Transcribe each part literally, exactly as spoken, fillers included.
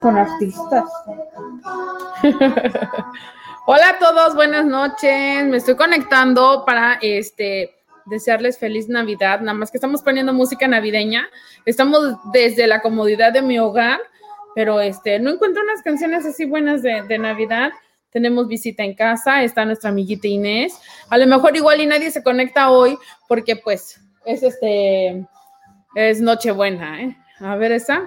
Con artistas. Hola a todos, buenas noches. Me estoy conectando para este desearles feliz Navidad. Nada más que estamos poniendo música navideña. Estamos desde la comodidad de mi hogar, pero este no encuentro unas canciones así buenas de, de Navidad. Tenemos visita en casa, está nuestra amiguita Inés. A lo mejor igual y nadie se conecta hoy porque pues es este es Nochebuena, ¿eh? A ver esa.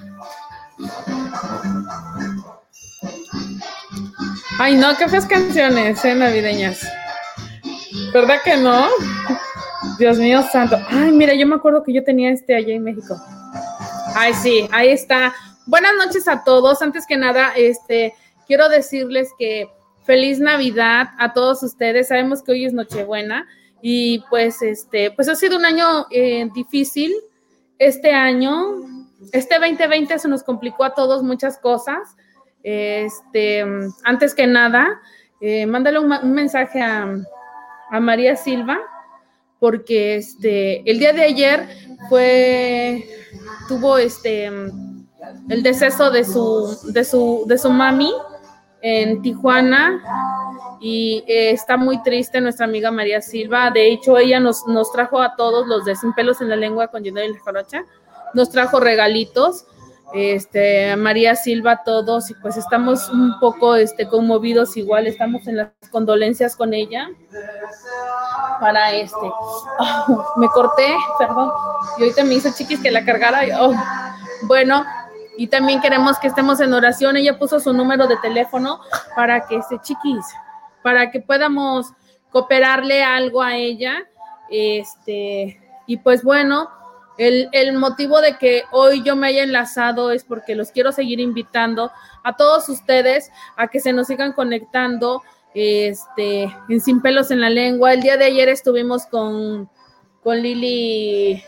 Ay, no, qué feas canciones, ¿eh? Navideñas. ¿Verdad que no? Dios mío santo. Ay, mira, yo me acuerdo que yo tenía este allá en México. Ay, sí, ahí está. Buenas noches a todos. Antes que nada, este, quiero decirles que feliz Navidad a todos ustedes. Sabemos que hoy es Nochebuena y pues, este, pues ha sido un año eh, difícil. Este año, este veinte veinte se nos complicó a todos muchas cosas. Este, antes que nada, eh, mándale un, un mensaje a, a María Silva, porque este, el día de ayer fue, tuvo este, el deceso de su, de su, de su mami en Tijuana y eh, está muy triste nuestra amiga María Silva. De hecho, ella nos, nos trajo a todos los de Sin Pelos en la Lengua con Gino y la Jarocha, nos trajo regalitos. Este, María Silva, todos, y pues estamos un poco este, conmovidos, igual estamos en las condolencias con ella para este, oh, me corté, perdón, y ahorita me hizo chiquis que la cargara, y, oh, bueno, y también queremos que estemos en oración. Ella puso su número de teléfono para que este chiquis, para que podamos cooperarle algo a ella, este, y pues bueno, El, el motivo de que hoy yo me haya enlazado es porque los quiero seguir invitando a todos ustedes a que se nos sigan conectando este, en Sin Pelos en la Lengua. El día de ayer estuvimos con, con Lili,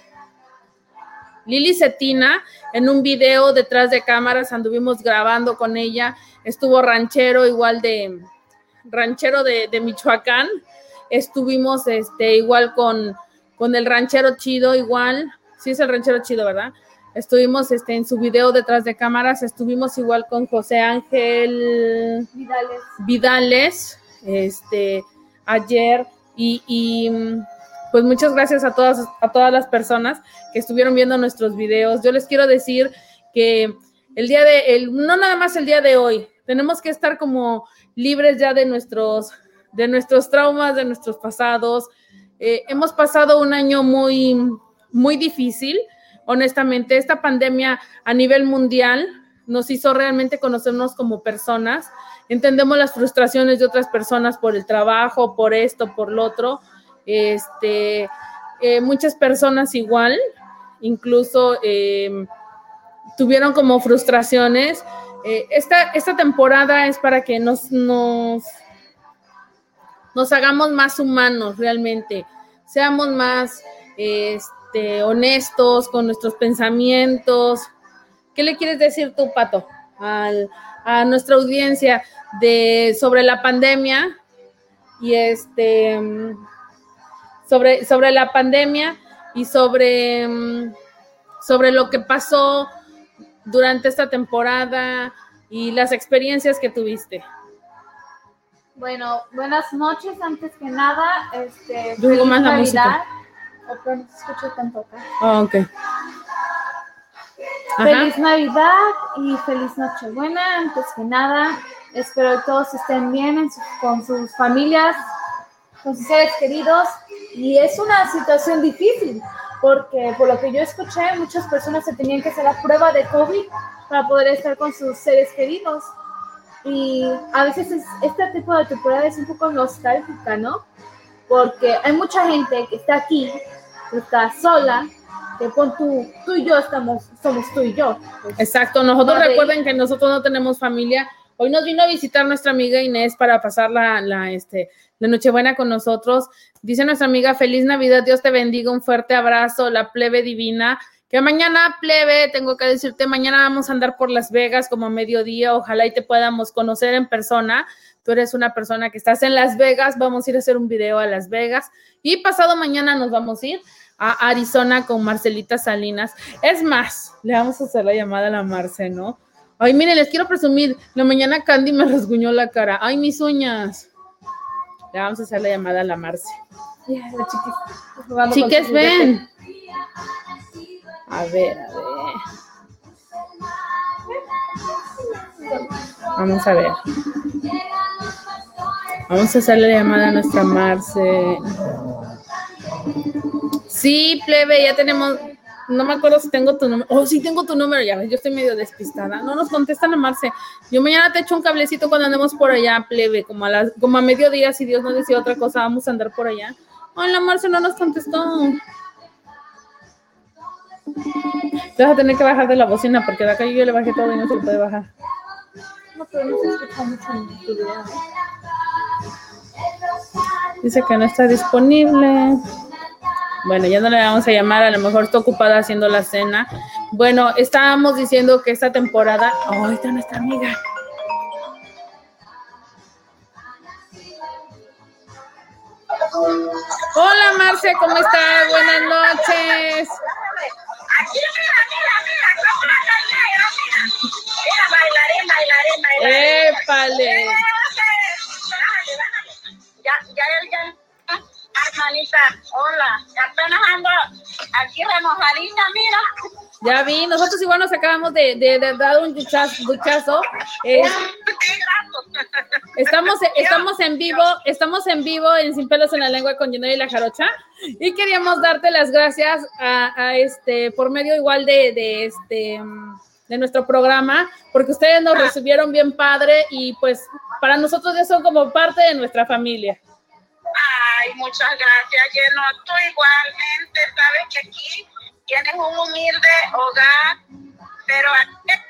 Lili Cetina en un video detrás de cámaras, anduvimos grabando con ella. Estuvo Ranchero, igual de Ranchero de, de Michoacán. Estuvimos este, igual con, con el Ranchero Chido, igual. Sí, es el Ranchero Chido, ¿verdad? Estuvimos este, en su video detrás de cámaras, estuvimos igual con José Ángel Vidales, Vidales este, ayer, y, y pues muchas gracias a todas, a todas las personas que estuvieron viendo nuestros videos. Yo les quiero decir que el día de, el, no nada más el día de hoy, tenemos que estar como libres ya de nuestros, de nuestros traumas, de nuestros pasados. Eh, hemos pasado un año muy... muy difícil, honestamente. Esta pandemia a nivel mundial nos hizo realmente conocernos como personas. Entendemos las frustraciones de otras personas por el trabajo, por esto, por lo otro. Este, eh, muchas personas igual, incluso eh, tuvieron como frustraciones. Eh, esta, esta temporada es para que nos, nos, nos hagamos más humanos realmente, seamos más... Este, Este, honestos con nuestros pensamientos. ¿Qué le quieres decir tú, Pato, al, a nuestra audiencia de, sobre la pandemia y este sobre, sobre la pandemia y sobre, sobre lo que pasó durante esta temporada y las experiencias que tuviste? Bueno, buenas noches, antes que nada, este, Yo digo más la música. Pero no se escucha tampoco. Oh, ok. Ajá. Feliz Navidad y feliz Nochebuena. Antes que nada, espero que todos estén bien en su, con sus familias, con sus seres queridos. Y es una situación difícil, porque por lo que yo escuché, muchas personas se tenían que hacer la prueba de COVID para poder estar con sus seres queridos. Y a veces es, este tipo de temporada es un poco nostálgica, ¿no? Porque hay mucha gente que está aquí, que está sola, que con tú, tú y yo estamos, somos tú y yo. Pues, exacto, nosotros no recuerden que nosotros no tenemos familia. Hoy nos vino a visitar nuestra amiga Inés para pasar la, la, este, la Nochebuena con nosotros. Dice nuestra amiga, feliz Navidad, Dios te bendiga, un fuerte abrazo, la plebe divina. Que mañana, plebe, tengo que decirte, mañana vamos a andar por Las Vegas como a mediodía, ojalá y te podamos conocer en persona. Tú eres una persona que estás en Las Vegas, vamos a ir a hacer un video a Las Vegas y pasado mañana nos vamos a ir a Arizona con Marcelita Salinas. Es más, le vamos a hacer la llamada a la Marce, ¿no? Ay, miren, les quiero presumir. La mañana Candy me rasguñó la cara. Ay, mis uñas. Le vamos a hacer la llamada a la Marce. Ya, la chiquis. Chiques, ven. A ver, a ver. Vamos a ver. Vamos a hacer la llamada a nuestra Marce. Sí, plebe, ya tenemos... No me acuerdo si tengo tu número. Oh, sí, tengo tu número. Ya ves, yo estoy medio despistada. No nos contestan a Marce. Yo mañana te echo un cablecito cuando andemos por allá, plebe. Como a, las, como a mediodía, si Dios no decía otra cosa, vamos a andar por allá. Oh, la Marce no nos contestó. Te vas a tener que bajar de la bocina porque de acá yo le bajé todo y no se le puede bajar. No, pero no se escucha mucho en tu video. Dice que no está disponible. Bueno, ya no le vamos a llamar, a lo mejor está ocupada haciendo la cena. Bueno, estábamos diciendo que esta temporada... Oh, ahí está nuestra amiga. Hola, Marce, ¿cómo estás? Buenas noches. Aquí, mira, mira, mira, cómo la negra, mira. Mira, bailarín, bailarín, bailarín. ¡Épale! Ya, ya, ya. Hermanita, hola, apenas ando aquí remojadita, mira. Ya vi, nosotros igual nos acabamos de, de, de dar un duchazo. duchazo. Eh, estamos, estamos en vivo, estamos en vivo en Sin Pelos en la Lengua con Yenory La Jarocha y queríamos darte las gracias a, a este por medio igual de, de este de nuestro programa, porque ustedes nos recibieron bien padre y pues para nosotros ya son como parte de nuestra familia. Ay, muchas gracias, Lleno. Tú igualmente, sabes que aquí tienes un humilde hogar, pero aquí...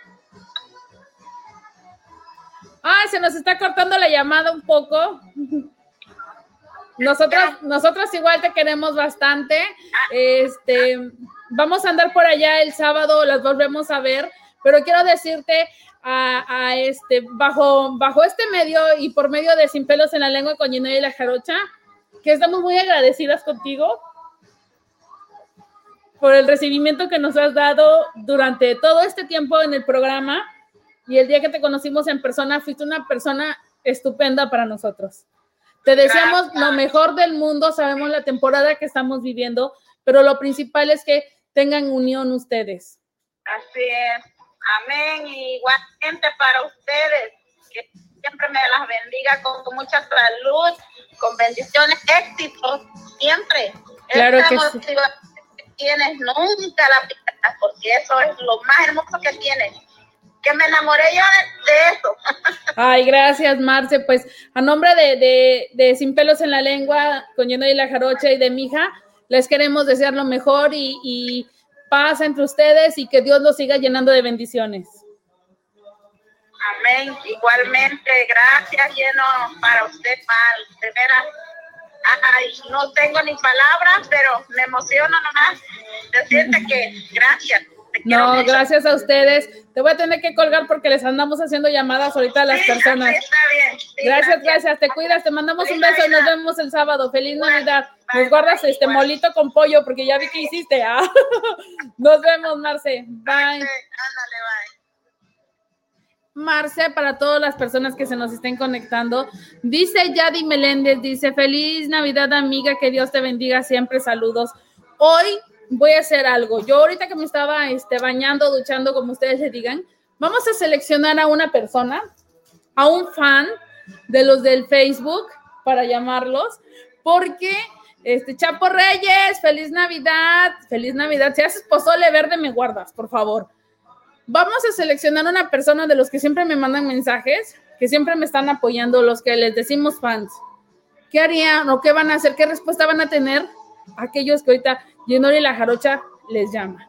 Ay, se nos está cortando la llamada un poco. Nosotros, nosotros igual te queremos bastante. Este, vamos a andar por allá el sábado, las volvemos a ver, pero quiero decirte a, a este, bajo, bajo este medio y por medio de Sin Pelos en la Lengua con Yenory La Jarocha, que estamos muy agradecidas contigo por el recibimiento que nos has dado durante todo este tiempo en el programa, y el día que te conocimos en persona fuiste una persona estupenda para nosotros. Te deseamos Gracias. Lo mejor del mundo, sabemos la temporada que estamos viviendo, pero lo principal es que tengan unión ustedes. Así es, amén, y igualmente para ustedes, que siempre me las bendiga con, con mucha salud, con bendiciones, éxitos, siempre. Claro Esta que motivación sí. que tienes, nunca la pierdas, porque eso es lo más hermoso que tienes. Que me enamoré yo de, de eso. Ay, gracias, Marce. Pues a nombre de, de, de Sin Pelos en la Lengua, con Yenory La Jarocha y de mi hija, les queremos desear lo mejor y, y paz entre ustedes y que Dios los siga llenando de bendiciones. Amén. Igualmente, gracias, Lleno, para usted, Mal. De veras, ay, no tengo ni palabras, pero me emociono nomás decirte que gracias. No, gracias a ustedes. Te voy a tener que colgar porque les andamos haciendo llamadas ahorita a las sí, personas. Sí, está bien. Sí, gracias, gracias, gracias. Te cuidas, te mandamos Feliz un beso Navidad. y nos vemos el sábado. Feliz Igual, Navidad. bye, Nos guardas bye, este igual. molito con pollo porque ya vi que hiciste. ¿Ah? Nos vemos, Marce. Bye. Ándale, bye. Marce, para todas las personas que se nos estén conectando, dice Yadi Meléndez, dice, feliz Navidad, amiga, que Dios te bendiga siempre, saludos. Hoy voy a hacer algo. Yo ahorita que me estaba este, bañando, duchando, como ustedes le digan, vamos a seleccionar a una persona, a un fan de los del Facebook, para llamarlos, porque este Chapo Reyes, feliz Navidad, feliz Navidad. Si haces pozole verde, me guardas, por favor. Vamos a seleccionar una persona de los que siempre me mandan mensajes, que siempre me están apoyando, los que les decimos fans. ¿Qué harían o qué van a hacer? ¿Qué respuesta van a tener aquellos que ahorita Yenory La Jarocha les llama?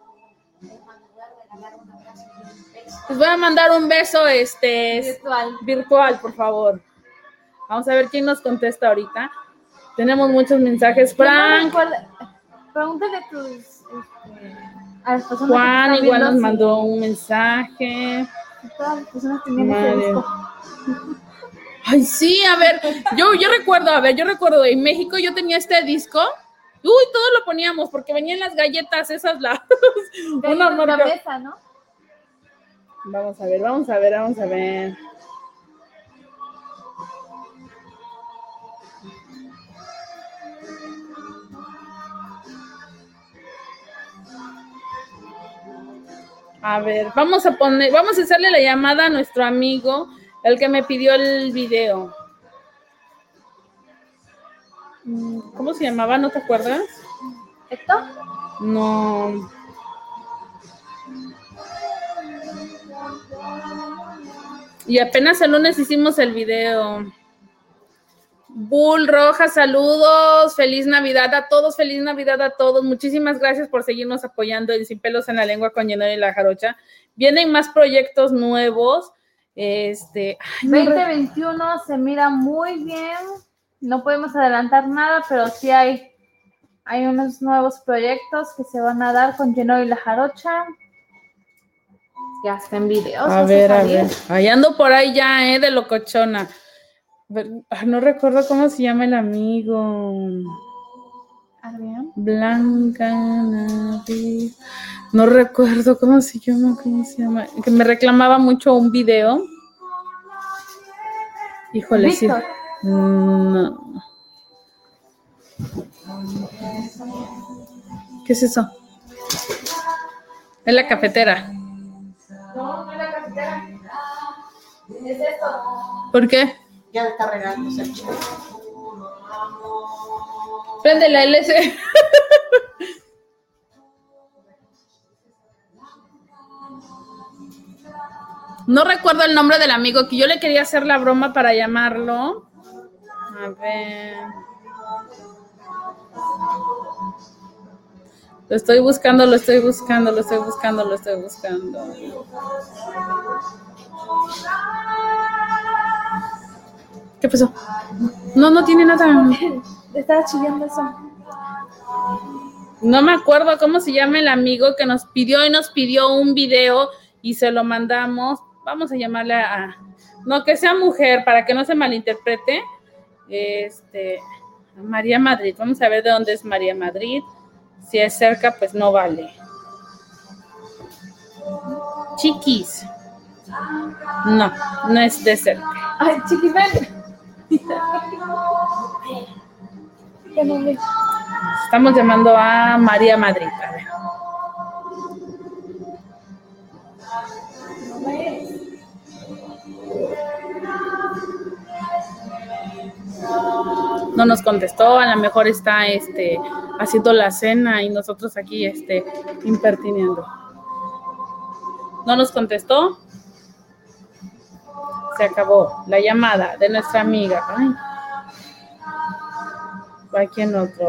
Les voy a mandar un beso este, Virtual. virtual, por favor. Vamos a ver quién nos contesta ahorita. Tenemos muchos mensajes. Frank. Pregúntale a tus... Este, a las personas Juan que igual nos si, mandó un mensaje. Todas las personas tenían ese disco. Ay, sí, a ver, yo, yo recuerdo, a ver, yo recuerdo, en México yo tenía este disco, uy, todos lo poníamos, porque venían las galletas esas, las... Una, una mesa, ¿no? Vamos a ver, vamos a ver, vamos a ver. A ver, vamos a poner, vamos a hacerle la llamada a nuestro amigo, el que me pidió el video. ¿Cómo se llamaba? ¿No te acuerdas? ¿Héctor? No. Y apenas el lunes hicimos el video. Bull Roja, saludos, feliz Navidad a todos, feliz Navidad a todos, muchísimas gracias por seguirnos apoyando en Sin Pelos en la Lengua con Yenoy y la Jarocha. Vienen más proyectos nuevos. Este, ay, no veinte re... veintiuno se mira muy bien, no podemos adelantar nada, pero sí hay, hay unos nuevos proyectos que se van a dar con Yenoy y la Jarocha. Ya está en videos. A ver, a ver, ahí ando por ahí ya, eh, de locochona. No recuerdo cómo se llama el amigo. ¿Adrián? Blanca Navidad. No recuerdo cómo se llama, cómo se llama. Que me reclamaba mucho un video. Híjole, Víctor. sí. No. ¿Qué es eso? Es la cafetera. No, no es la cafetera. Es esto. ¿Por qué? Ya está regándose. Prende la L C. No recuerdo el nombre del amigo, que yo le quería hacer la broma para llamarlo. A ver. Lo estoy buscando, lo estoy buscando, lo estoy buscando, lo estoy buscando. ¿Qué pasó? No, no tiene nada. Estaba chillando eso. No me acuerdo cómo se llama el amigo que nos pidió y nos pidió un video y se lo mandamos. Vamos a llamarle a... No, que sea mujer, para que no se malinterprete. Este... María Madrid. Vamos a ver de dónde es María Madrid. Si es cerca, pues no vale. Chiquis. No, no es de cerca. Ay, Chiquis, ven. Ya no ve. Estamos llamando a María Madrid. A ver. No nos contestó, a lo mejor está este, haciendo la cena y nosotros aquí este, impertiniendo. No nos contestó. Se acabó la llamada de nuestra amiga. Ay. Aquí en otro.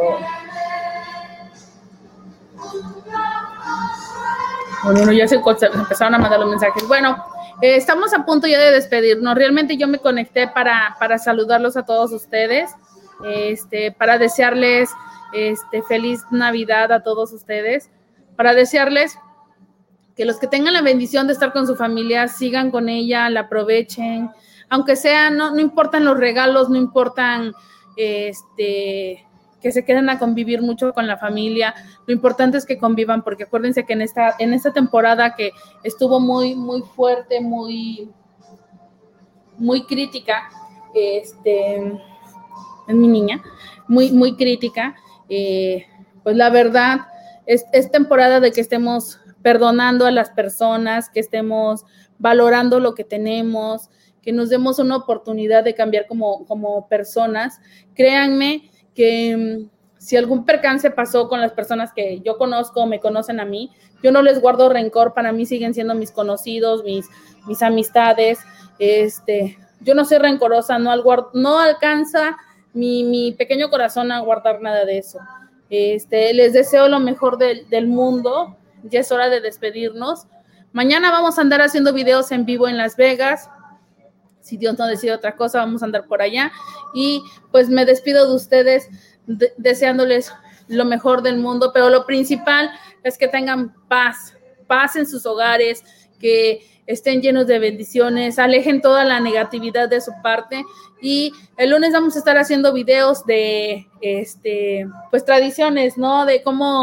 Bueno, ya se empezaron a mandar los mensajes. Bueno, eh, estamos a punto ya de despedirnos. Realmente yo me conecté para, para saludarlos a todos ustedes, este, para desearles este, feliz Navidad a todos ustedes, para desearles que los que tengan la bendición de estar con su familia sigan con ella, la aprovechen, aunque sea, no, no importan los regalos, no importan este, que se queden a convivir mucho con la familia, lo importante es que convivan, porque acuérdense que en esta, en esta temporada que estuvo muy, muy fuerte, muy, muy crítica, este, es mi niña, muy, muy crítica, eh, pues la verdad es, es temporada de que estemos perdonando a las personas, que estemos valorando lo que tenemos, que nos demos una oportunidad de cambiar como, como personas. Créanme que um, si algún percance pasó con las personas que yo conozco o me conocen a mí, yo no les guardo rencor, para mí siguen siendo mis conocidos, mis, mis amistades, este, yo no soy rencorosa, no, al guard, no alcanza mi, mi pequeño corazón a guardar nada de eso. Este, les deseo lo mejor del, del mundo. Ya es hora de despedirnos. Mañana vamos a andar haciendo videos en vivo en Las Vegas. Si Dios no decide otra cosa, vamos a andar por allá. Y pues me despido de ustedes de- deseándoles lo mejor del mundo, pero lo principal es que tengan paz, paz en sus hogares, que estén llenos de bendiciones, alejen toda la negatividad de su parte. Y el lunes vamos a estar haciendo videos de, este, pues tradiciones, ¿no? De cómo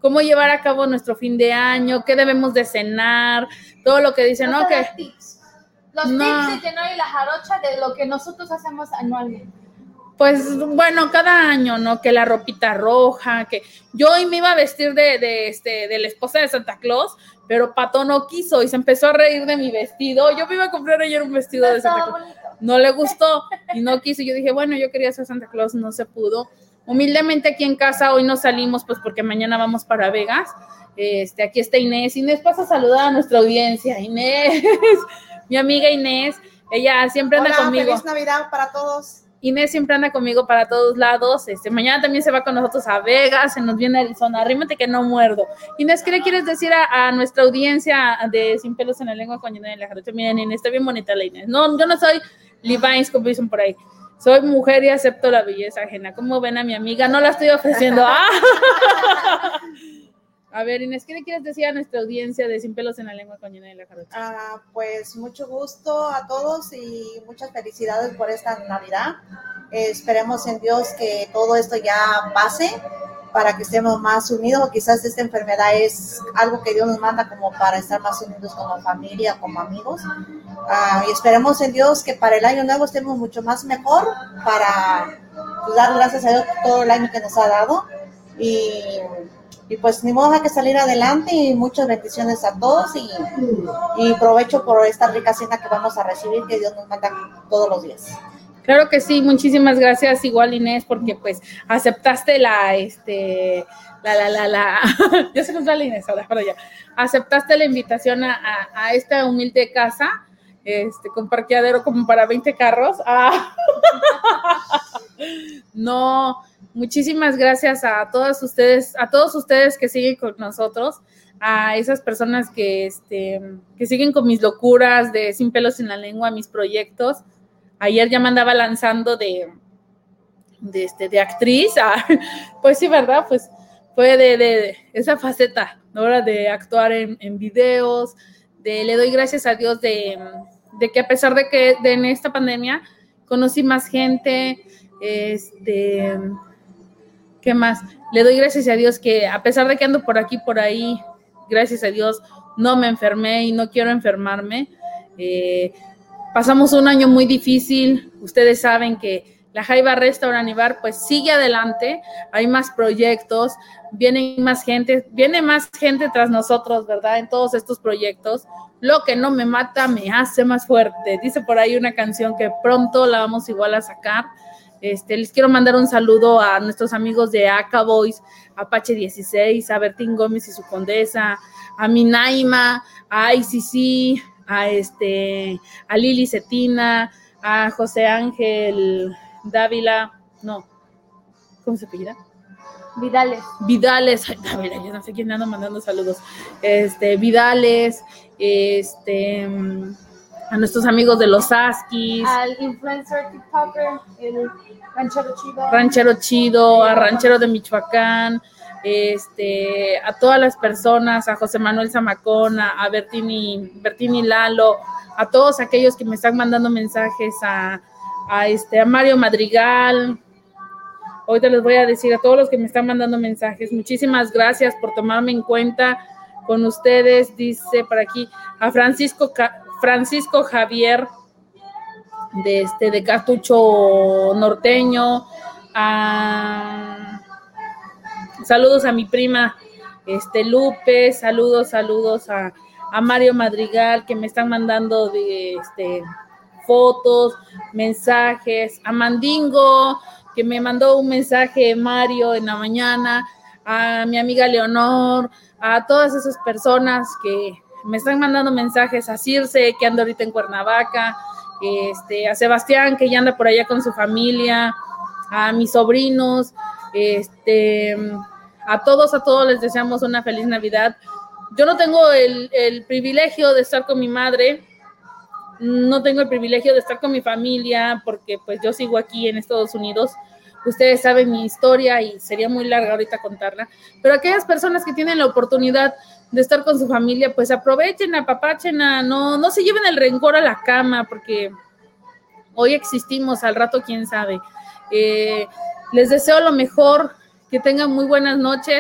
cómo llevar a cabo nuestro fin de año, qué debemos de cenar, todo lo que dicen, ¿no? Que tips. Los no. tips de Lleno y la Jarocha de lo que nosotros hacemos anualmente. Pues bueno, cada año, ¿no? Que la ropita roja, que yo hoy me iba a vestir de, de, este, de la esposa de Santa Claus, pero Pato no quiso y se empezó a reír de mi vestido. Yo me iba a comprar ayer un vestido No de Santa Claus. bonito. No le gustó y no quiso. Yo dije, bueno, yo quería ser Santa Claus, no se pudo. Humildemente aquí en casa hoy no salimos, pues porque mañana vamos para Vegas. Este, aquí está Inés. Inés, pasa a saludar a nuestra audiencia. Inés, mi amiga Inés, ella siempre anda Hola, conmigo. Feliz Navidad para todos. Inés siempre anda conmigo para todos lados. Este, mañana también se va con nosotros a Vegas, se nos viene a Arizona. Arrímate que no muerdo. Inés, ¿qué le quieres decir a, a nuestra audiencia de Sin Pelos en la Lengua con Lleno y la Jarocha? Miren, Inés, está bien bonita la Inés. No, yo no soy Levi's, como dicen por ahí. Soy mujer y acepto la belleza ajena. ¿Cómo ven a mi amiga? No la estoy ofreciendo. ¡Ah! A ver, Inés, ¿qué le quieres decir a nuestra audiencia de Sin Pelos en la Lengua con Lleno y la Jarocha? Ah, pues mucho gusto a todos y muchas felicidades por esta Navidad. Eh, esperemos en Dios que todo esto ya pase para que estemos más unidos. Quizás esta enfermedad es algo que Dios nos manda como para estar más unidos como familia, como amigos. Ah, y esperemos en Dios que para el año nuevo estemos mucho más mejor para pues, dar gracias a Dios por todo el año que nos ha dado. Y Y pues ni modo, hay que salir adelante y muchas bendiciones a todos y, y provecho por esta rica cena que vamos a recibir, que Dios nos manda todos los días. Claro que sí, muchísimas gracias igual Inés, porque pues aceptaste la, este, la, la, la, la, ya se nos va la Inés ahora, para allá, aceptaste la invitación a, a, a esta humilde casa, este, con parqueadero como para veinte carros. Ah. No, muchísimas gracias a todas ustedes, a todos ustedes que siguen con nosotros, a esas personas que, este, que siguen con mis locuras de Sin Pelos en la Lengua, mis proyectos. Ayer ya me andaba lanzando de, de, este, de actriz, ah, pues sí, ¿verdad? Pues fue de, de esa faceta, ¿no? De actuar en, en videos, de le doy gracias a Dios de, de que a pesar de que de, en esta pandemia conocí más gente, este, ¿qué más? Le doy gracias a Dios que a pesar de que ando por aquí, por ahí, gracias a Dios no me enfermé y no quiero enfermarme. Eh, pasamos un año muy difícil, ustedes saben que la Jaiba Restaurant y Bar pues sigue adelante, hay más proyectos, vienen más gente, viene más gente tras nosotros, ¿verdad? En todos estos proyectos. Lo que no me mata me hace más fuerte. Dice por ahí una canción que pronto la vamos igual a sacar. Este, les quiero mandar un saludo a nuestros amigos de Aka Boys, Apache dieciséis, a Bertín Gómez y su condesa, a Minaima, a I C C, a, este, a Lili Cetina, a José Ángel Dávila, no, ¿cómo se apellida? Vidales. Vidales, ay, Dávila, yo no sé quién anda mandando saludos. Este, Vidales, este, a nuestros amigos de los Askis, Al influencer TikToker, el Ranchero Chido. Ranchero Chido, a Ranchero de Michoacán, este, a todas las personas, a José Manuel Zamacona, a Bertini, Bertini Lalo, a todos aquellos que me están mandando mensajes, a, a, este, a Mario Madrigal. Ahorita les voy a decir a todos los que me están mandando mensajes, muchísimas gracias por tomarme en cuenta con ustedes, dice por aquí, a Francisco, Francisco Javier, de, este, de Cartucho Norteño, a, saludos a mi prima este, Lupe, saludos, saludos a, a Mario Madrigal, que me están mandando de, este, fotos, mensajes, a Mandingo, que me mandó un mensaje Mario en la mañana, a mi amiga Leonor, a todas esas personas que me están mandando mensajes, a Circe, que anda ahorita en Cuernavaca, este, a Sebastián, que ya anda por allá con su familia, a mis sobrinos, este, a todos, a todos les deseamos una feliz Navidad. Yo no tengo el, el privilegio de estar con mi madre, no tengo el privilegio de estar con mi familia porque pues yo sigo aquí en Estados Unidos. Ustedes saben mi historia y sería muy larga ahorita contarla, pero aquellas personas que tienen la oportunidad de estar con su familia, pues aprovechen, apapachen, a, no, no se lleven el rencor a la cama, porque hoy existimos, al rato quién sabe. Eh, les deseo lo mejor, que tengan muy buenas noches,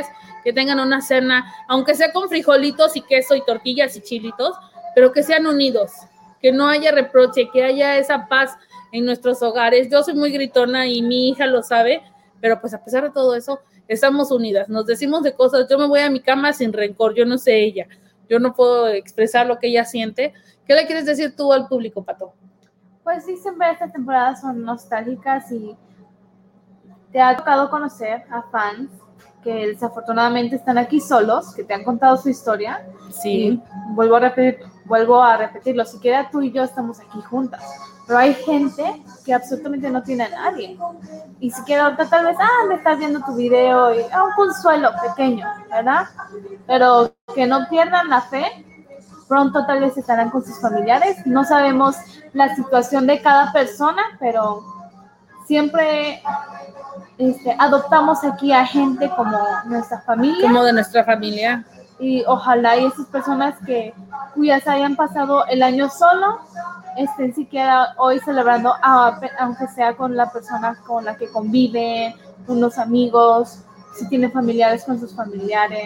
que tengan una cena, aunque sea con frijolitos y queso y tortillas y chilitos, pero que sean unidos, que no haya reproche, que haya esa paz en nuestros hogares. Yo soy muy gritona y mi hija lo sabe, pero pues a pesar de todo eso, estamos unidas, nos decimos de cosas. Yo me voy a mi cama sin rencor, yo no sé ella, yo no puedo expresar lo que ella siente. ¿Qué le quieres decir tú al público, Pato? Pues sí, siempre estas temporadas son nostálgicas y te ha tocado conocer a fans que desafortunadamente están aquí solos, que te han contado su historia. Sí. Y vuelvo a repetir, vuelvo a repetirlo, siquiera tú y yo estamos aquí juntas, pero hay gente que absolutamente no tiene a nadie. Y siquiera ahorita tal vez, ah, me estás viendo tu video y ah, un consuelo pequeño, ¿verdad? Pero que no pierdan la fe. Pronto tal vez estarán con sus familiares. No sabemos la situación de cada persona, pero siempre este, adoptamos aquí a gente como nuestra familia. Como de nuestra familia. Y ojalá y esas personas que cuyas hayan pasado el año solo estén siquiera hoy celebrando, aunque sea con la persona con la que conviven, con los amigos, si tienen familiares, con sus familiares.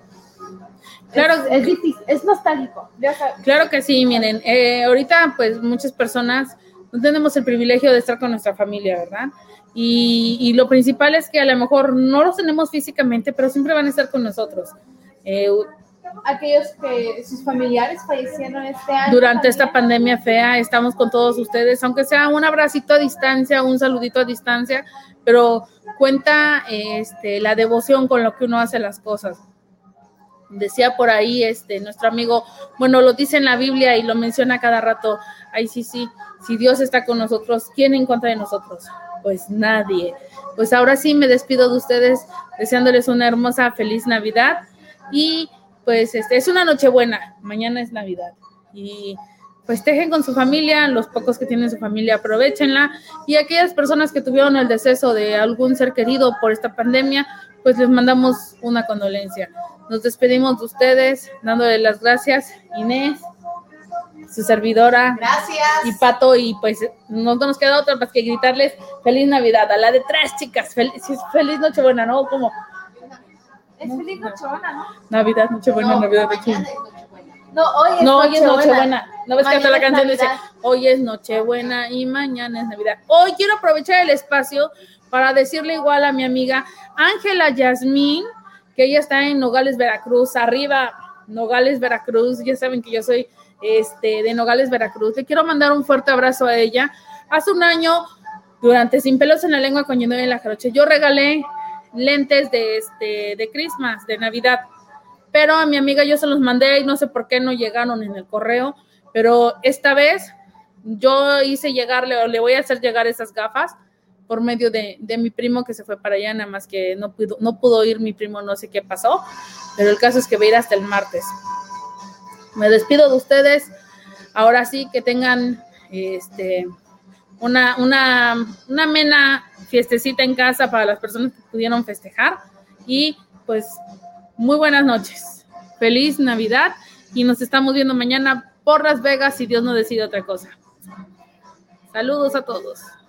Claro, es, es difícil, es nostálgico. Claro que sí, miren, eh, ahorita pues muchas personas no tenemos el privilegio de estar con nuestra familia, ¿verdad? Y, y lo principal es que a lo mejor no los tenemos físicamente, pero siempre van a estar con nosotros. Eh, Aquellos que sus familiares fallecieron este año. Durante también. Esta pandemia fea, estamos con todos ustedes, aunque sea un abracito a distancia, un saludito a distancia, pero cuenta este, la devoción con lo que uno hace las cosas. Decía por ahí este nuestro amigo, bueno, lo dice en la Biblia y lo menciona cada rato, ay sí, sí, si Dios está con nosotros, ¿quién en contra de nosotros? Pues nadie. Pues ahora sí me despido de ustedes deseándoles una hermosa, feliz Navidad y pues este es una Nochebuena, mañana es Navidad y festejen con su familia, los pocos que tienen su familia aprovechenla y aquellas personas que tuvieron el deceso de algún ser querido por esta pandemia, pues les mandamos una condolencia. Nos despedimos de ustedes, dándole las gracias, Inés, su servidora. Gracias. Y Pato, y pues no nos queda otra más que gritarles Feliz Navidad, a la de tres chicas, feliz, feliz Nochebuena, ¿no? ¿Cómo? Es feliz Nochebuena, ¿no? Navidad, Nochebuena, No, Navidad, mañana Nochebuena. es Nochebuena. No, hoy es No, hoy es Nochebuena. Nochebuena. ¿No ves que hasta la Mañana es canción dice, Navidad. hoy es Nochebuena y mañana es Navidad? Hoy quiero aprovechar el espacio para decirle igual a mi amiga Ángela Yasmín, que ella está en Nogales, Veracruz, arriba Nogales, Veracruz. Ya saben que yo soy este, de Nogales, Veracruz. Le quiero mandar un fuerte abrazo a ella. Hace un año, durante Sin Pelos en la Lengua con Yenoy en la Jarocha, yo regalé lentes de, este, de Christmas, de Navidad, pero a mi amiga yo se los mandé y no sé por qué no llegaron en el correo, pero esta vez yo hice llegarle, o le voy a hacer llegar esas gafas por medio de, de mi primo que se fue para allá, nada más que no pudo, no pudo ir mi primo, no sé qué pasó, pero el caso es que va a ir hasta el martes. Me despido de ustedes, ahora sí que tengan este, una, una, una amena fiestecita en casa para las personas que pudieron festejar y pues muy buenas noches, feliz Navidad y nos estamos viendo mañana por Las Vegas si Dios no decide otra cosa. Saludos a todos.